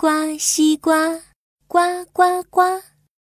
瓜西瓜，呱呱呱。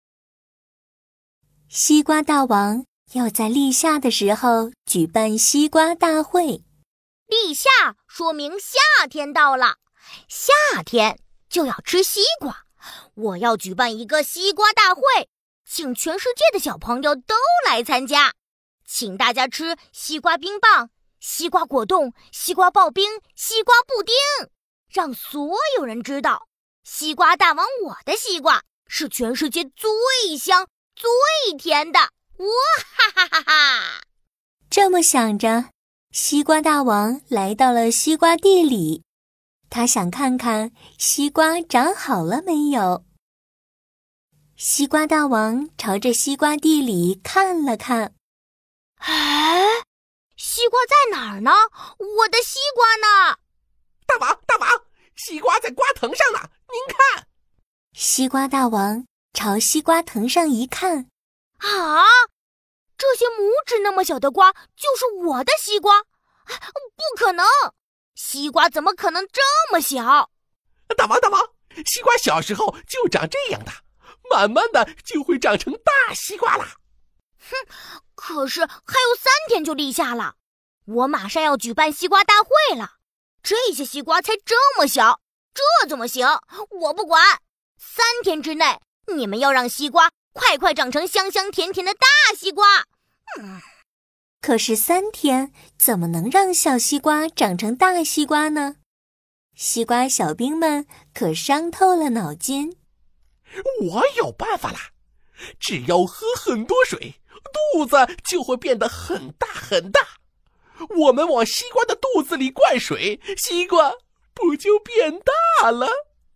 西瓜大王要在立夏的时候举办西瓜大会。 立夏说明夏天到了，夏天就要吃西瓜。我要举办一个西瓜大会，请全世界的小朋友都来参加，请大家吃西瓜冰棒、西瓜果冻、西瓜刨冰、西瓜布丁，让所有人知道，西瓜大王我的西瓜是全世界最香、最甜的！哇哈哈哈哈！ 这么想着，西瓜大王来到了西瓜地里，他想看看西瓜长好了没有。西瓜大王朝着西瓜地里看了看， 哎，西瓜在哪儿呢？我的西瓜呢？ 大王，西瓜在瓜藤上呢，您看。 西瓜大王朝西瓜藤上一看， 啊，这些拇指那么小的瓜就是我的西瓜？不可能，西瓜怎么可能这么小？ 大王，西瓜小时候就长这样的，慢慢的就会长成大西瓜啦。 哼，可是还有3天就立夏了，我马上要举办西瓜大会了。这些西瓜才这么小，这怎么行？我不管，3天之内你们要让西瓜快长成香香甜甜的大西瓜。 可是3天怎么能让小西瓜长成大西瓜呢？西瓜小兵们可伤透了脑筋。 我有办法啦，只要喝很多水，肚子就会变得很大很大。我们往西瓜的肚子里灌水，西瓜不就变大了？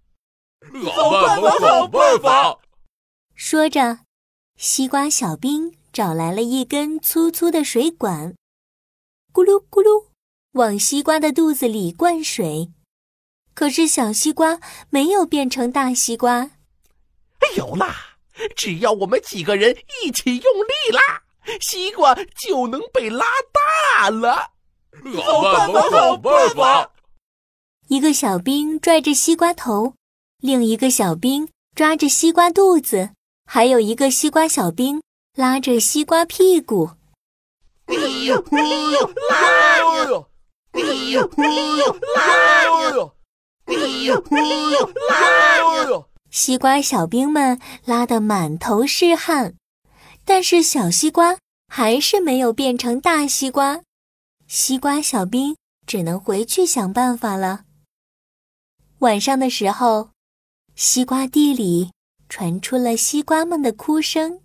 好办法！ 说着，西瓜小兵找来了一根粗粗的水管，咕噜咕噜往西瓜的肚子里灌水。可是小西瓜没有变成大西瓜。 有啦，只要我们几个人一起用力拉，西瓜就能被拉大了。 好办法！ 一个小兵拽着西瓜头，另一个小兵抓着西瓜肚子，还有一个西瓜小兵拉着西瓜屁股。 哎呦，拉哟！哎呦，拉哟！哎呦，拉哟！ 西瓜小兵们拉得满头是汗，但是小西瓜还是没有变成大西瓜。西瓜小兵只能回去想办法了。晚上的时候，西瓜地里传出了西瓜们的哭声。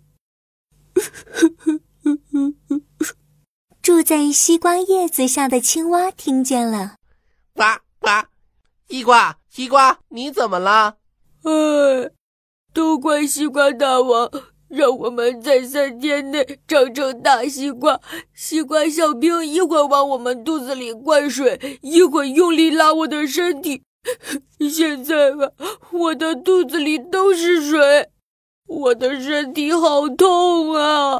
住在西瓜叶子下的青蛙听见了， 呱呱！西瓜，你怎么了？ 都怪西瓜大王，让我们在3天内长成大西瓜。西瓜小兵一会儿往我们肚子里灌水，一会儿用力拉我的身体。现在我的肚子里都是水，我的身体好痛啊！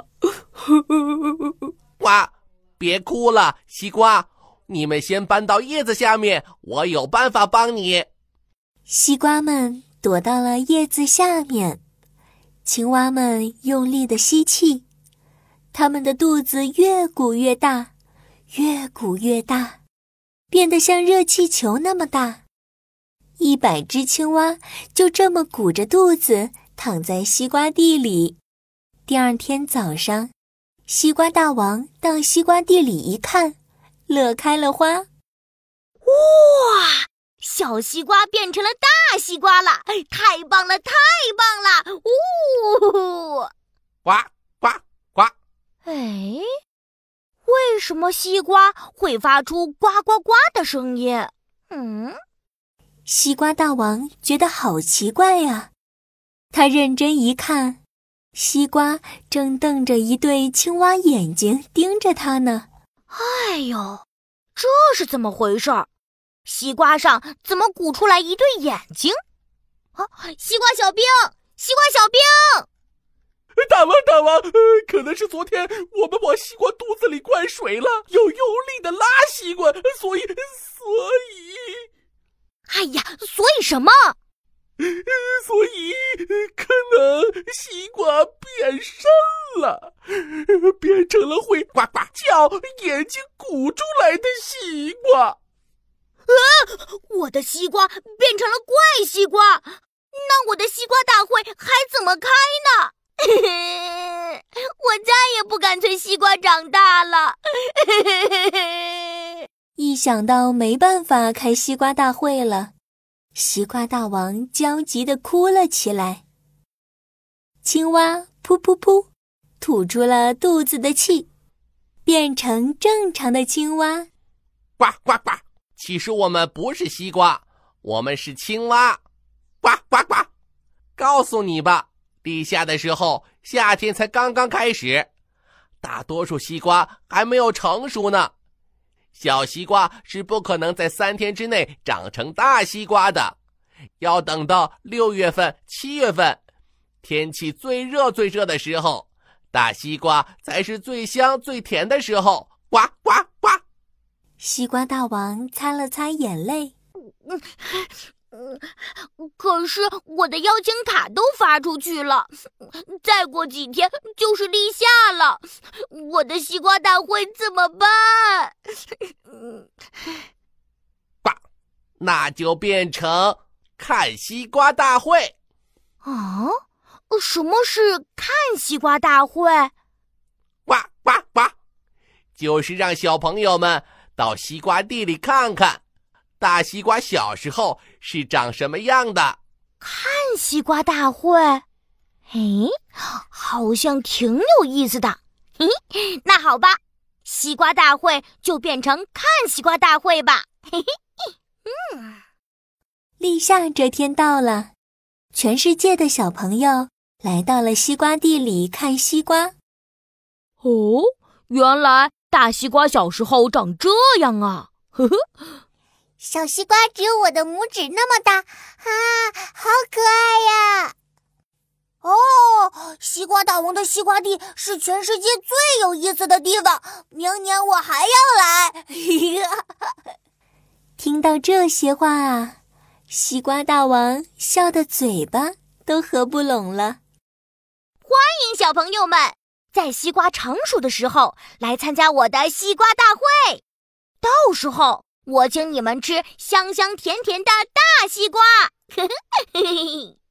呱，别哭了，西瓜，你们先搬到叶子下面，我有办法帮你。 西瓜们躲到了叶子下面，青蛙们用力地吸气，它们的肚子越鼓越大，越鼓越大，变得像热气球那么大。100只青蛙就这么鼓着肚子躺在西瓜地里。第2天早上，西瓜大王到西瓜地里一看，乐开了花。 哇！小西瓜变成了大西瓜了，太棒了！呜！ 呱呱呱！ 哎，为什么西瓜会发出呱呱呱的声音？ 西瓜大王觉得好奇怪呀，他认真一看，西瓜正瞪着一对青蛙眼睛盯着他呢。 哎呦，这是怎么回事？西瓜上怎么鼓出来一对眼睛？西瓜小兵！ 大王，可能是昨天我们往西瓜肚子里灌水了，又用力的拉西瓜，所以…… 哎呀，所以什么？ 所以可能西瓜变身了，变成了会呱呱叫、眼睛鼓出来的西瓜。 我的西瓜变成了怪西瓜，那我的西瓜大会还怎么开呢？我再也不干脆西瓜长大了。 一想到没办法开西瓜大会了，西瓜大王焦急地哭了起来。青蛙噗噗噗吐出了肚子的气，变成正常的青蛙。 呱呱呱！其实我们不是西瓜，我们是青蛙。呱呱呱！告诉你吧，立夏的时候，夏天才刚刚开始，大多数西瓜还没有成熟呢。小西瓜是不可能在3天之内长成大西瓜的，要等到6月份、7月份，天气最热的时候，大西瓜才是最香最甜的时候。呱呱呱！ 西瓜大王擦了擦眼泪。 可是我的邀请卡都发出去了，再过几天就是立夏了，我的西瓜大会怎么办？ 那就变成看西瓜大会。 啊？什么是看西瓜大会？ 呱呱呱！就是让小朋友们到西瓜地里看看，大西瓜小时候是长什么样的。 看西瓜大会？好像挺有意思的。那好吧，西瓜大会就变成看西瓜大会吧。 立夏这天到了，全世界的小朋友来到了西瓜地里看西瓜。 哦，原来大西瓜小时候长这样啊！呵呵， 小西瓜只有我的拇指那么大，好可爱呀！哦，西瓜大王的西瓜地是全世界最有意思的地方，明年我还要来。 听到这些话啊，西瓜大王笑得嘴巴都合不拢了。 欢迎小朋友们在西瓜成熟的时候来参加我的西瓜大会，到时候我请你们吃香香甜甜的大西瓜。